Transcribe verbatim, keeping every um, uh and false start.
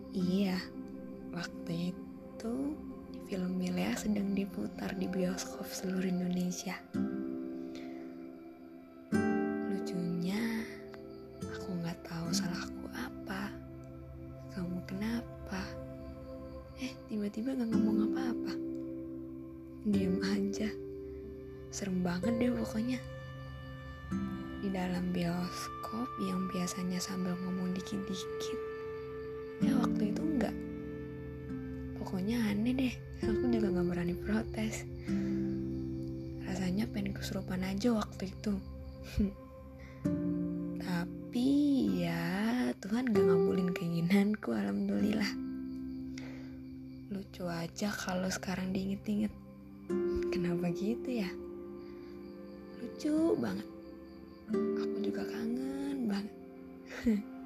Iya, waktu itu film Milea sedang diputar di bioskop seluruh Indonesia. Lucunya, aku gak tahu salahku apa, kamu kenapa. Eh, tiba-tiba gak ngomong apa-apa. Diam aja. Serem banget deh pokoknya. Di dalam bioskop yang biasanya sambil ngomong dikit-dikit, ya waktu itu enggak. Pokoknya aneh deh, aku juga gak berani protes. Rasanya pengen kesurupan aja waktu itu. Tapi ya Tuhan gak ngabulin keinginanku, alhamdulillah. Lucu aja kalau sekarang diinget-inget. Kenapa gitu ya? Lucu banget. Aku juga kangen banget.